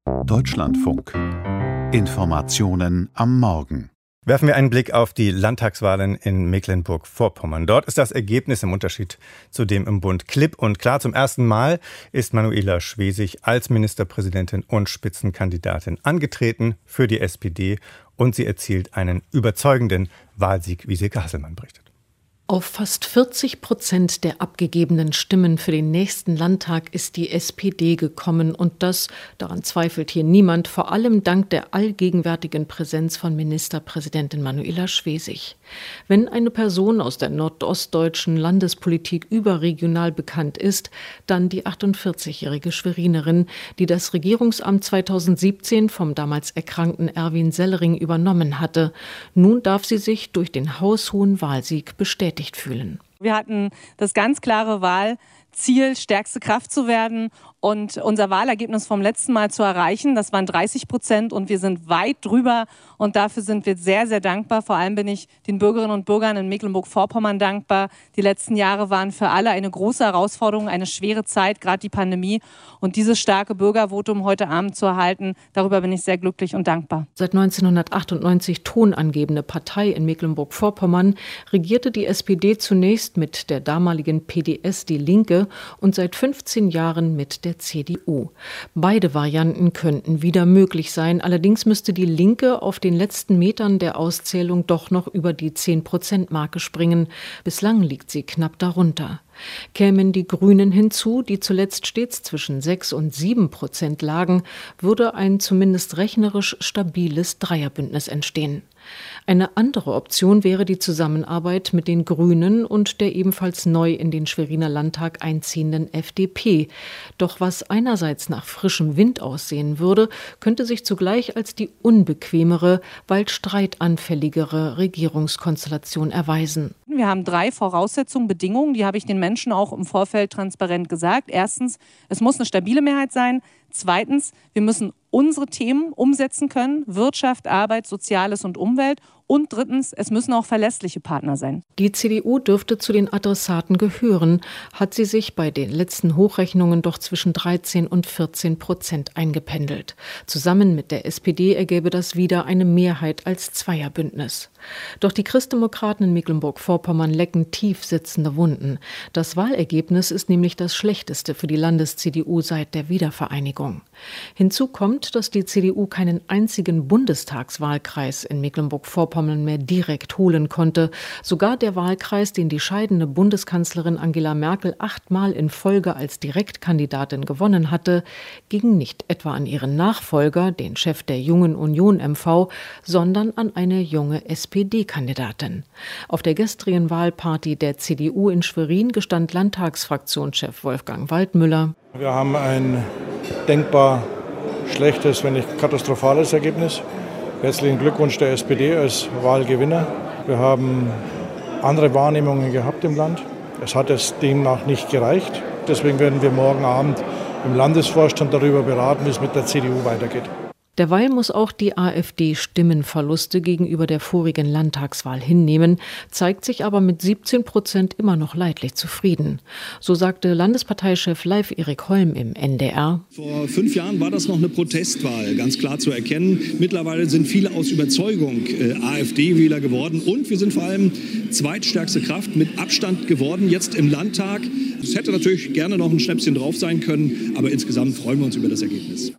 Deutschlandfunk. Informationen am Morgen. Werfen wir einen Blick auf die Landtagswahlen in Mecklenburg-Vorpommern. Dort ist das Ergebnis im Unterschied zu dem im Bund klipp und klar. Zum ersten Mal ist Manuela Schwesig als Ministerpräsidentin und Spitzenkandidatin angetreten für die SPD und sie erzielt einen überzeugenden Wahlsieg, wie Silke Hasselmann berichtet. Auf fast 40% der abgegebenen Stimmen für den nächsten Landtag ist die SPD gekommen und das, daran zweifelt hier niemand, vor allem dank der allgegenwärtigen Präsenz von Ministerpräsidentin Manuela Schwesig. Wenn eine Person aus der nordostdeutschen Landespolitik überregional bekannt ist, dann die 48-jährige Schwerinerin, die das Regierungsamt 2017 vom damals erkrankten Erwin Sellering übernommen hatte. Nun darf sie sich durch den haushohen Wahlsieg bestätigen. Fühlen. Wir hatten das ganz klare Wahlziel, stärkste Kraft zu werden und unser Wahlergebnis vom letzten Mal zu erreichen. Das waren 30% und wir sind weit drüber und dafür sind wir sehr, sehr dankbar. Vor allem bin ich den Bürgerinnen und Bürgern in Mecklenburg-Vorpommern dankbar. Die letzten Jahre waren für alle eine große Herausforderung, eine schwere Zeit, gerade die Pandemie. Und dieses starke Bürgervotum heute Abend zu erhalten, darüber bin ich sehr glücklich und dankbar. Seit 1998 tonangebende Partei in Mecklenburg-Vorpommern regierte die SPD zunächst mit der damaligen PDS Die Linke und seit 15 Jahren mit der CDU. Beide Varianten könnten wieder möglich sein. Allerdings müsste die Linke auf den letzten Metern der Auszählung doch noch über die 10%-Marke springen. Bislang liegt sie knapp darunter. Kämen die Grünen hinzu, die zuletzt stets zwischen 6 und 7% lagen, würde ein zumindest rechnerisch stabiles Dreierbündnis entstehen. Eine andere Option wäre die Zusammenarbeit mit den Grünen und der ebenfalls neu in den Schweriner Landtag einziehenden FDP. Doch was einerseits nach frischem Wind aussehen würde, könnte sich zugleich als die unbequemere, weil streitanfälligere Regierungskonstellation erweisen. Wir haben 3 Voraussetzungen, Bedingungen, die habe ich den Menschen auch im Vorfeld transparent gesagt. Erstens, es muss eine stabile Mehrheit sein. Zweitens, wir müssen unsere Themen umsetzen können, Wirtschaft, Arbeit, Soziales und Umwelt. Und drittens, es müssen auch verlässliche Partner sein. Die CDU dürfte zu den Adressaten gehören, hat sie sich bei den letzten Hochrechnungen doch zwischen 13 und 14% eingependelt. Zusammen mit der SPD ergäbe das wieder eine Mehrheit als Zweierbündnis. Doch die Christdemokraten in Mecklenburg-Vorpommern lecken tief sitzende Wunden. Das Wahlergebnis ist nämlich das schlechteste für die Landes-CDU seit der Wiedervereinigung. Hinzu kommt, dass die CDU keinen einzigen Bundestagswahlkreis in Mecklenburg-Vorpommern mehr direkt holen konnte. Sogar der Wahlkreis, den die scheidende Bundeskanzlerin Angela Merkel 8-mal in Folge als Direktkandidatin gewonnen hatte, ging nicht etwa an ihren Nachfolger, den Chef der Jungen Union MV, sondern an eine junge SPD-Kandidatin. Auf der gestrigen Wahlparty der CDU in Schwerin gestand Landtagsfraktionschef Wolfgang Waldmüller: Wir haben ein denkbar schlechtes, wenn nicht katastrophales Ergebnis. Herzlichen Glückwunsch der SPD als Wahlgewinner. Wir haben andere Wahrnehmungen gehabt im Land. Es hat es demnach nicht gereicht. Deswegen werden wir morgen Abend im Landesvorstand darüber beraten, wie es mit der CDU weitergeht. Derweil muss auch die AfD Stimmenverluste gegenüber der vorigen Landtagswahl hinnehmen, zeigt sich aber mit 17% immer noch leidlich zufrieden. So sagte Landesparteichef Leif Erik Holm im NDR. Vor 5 Jahren war das noch eine Protestwahl, ganz klar zu erkennen. Mittlerweile sind viele aus Überzeugung AfD-Wähler geworden und wir sind vor allem zweitstärkste Kraft mit Abstand geworden, jetzt im Landtag. Es hätte natürlich gerne noch ein Schnäppchen drauf sein können, aber insgesamt freuen wir uns über das Ergebnis.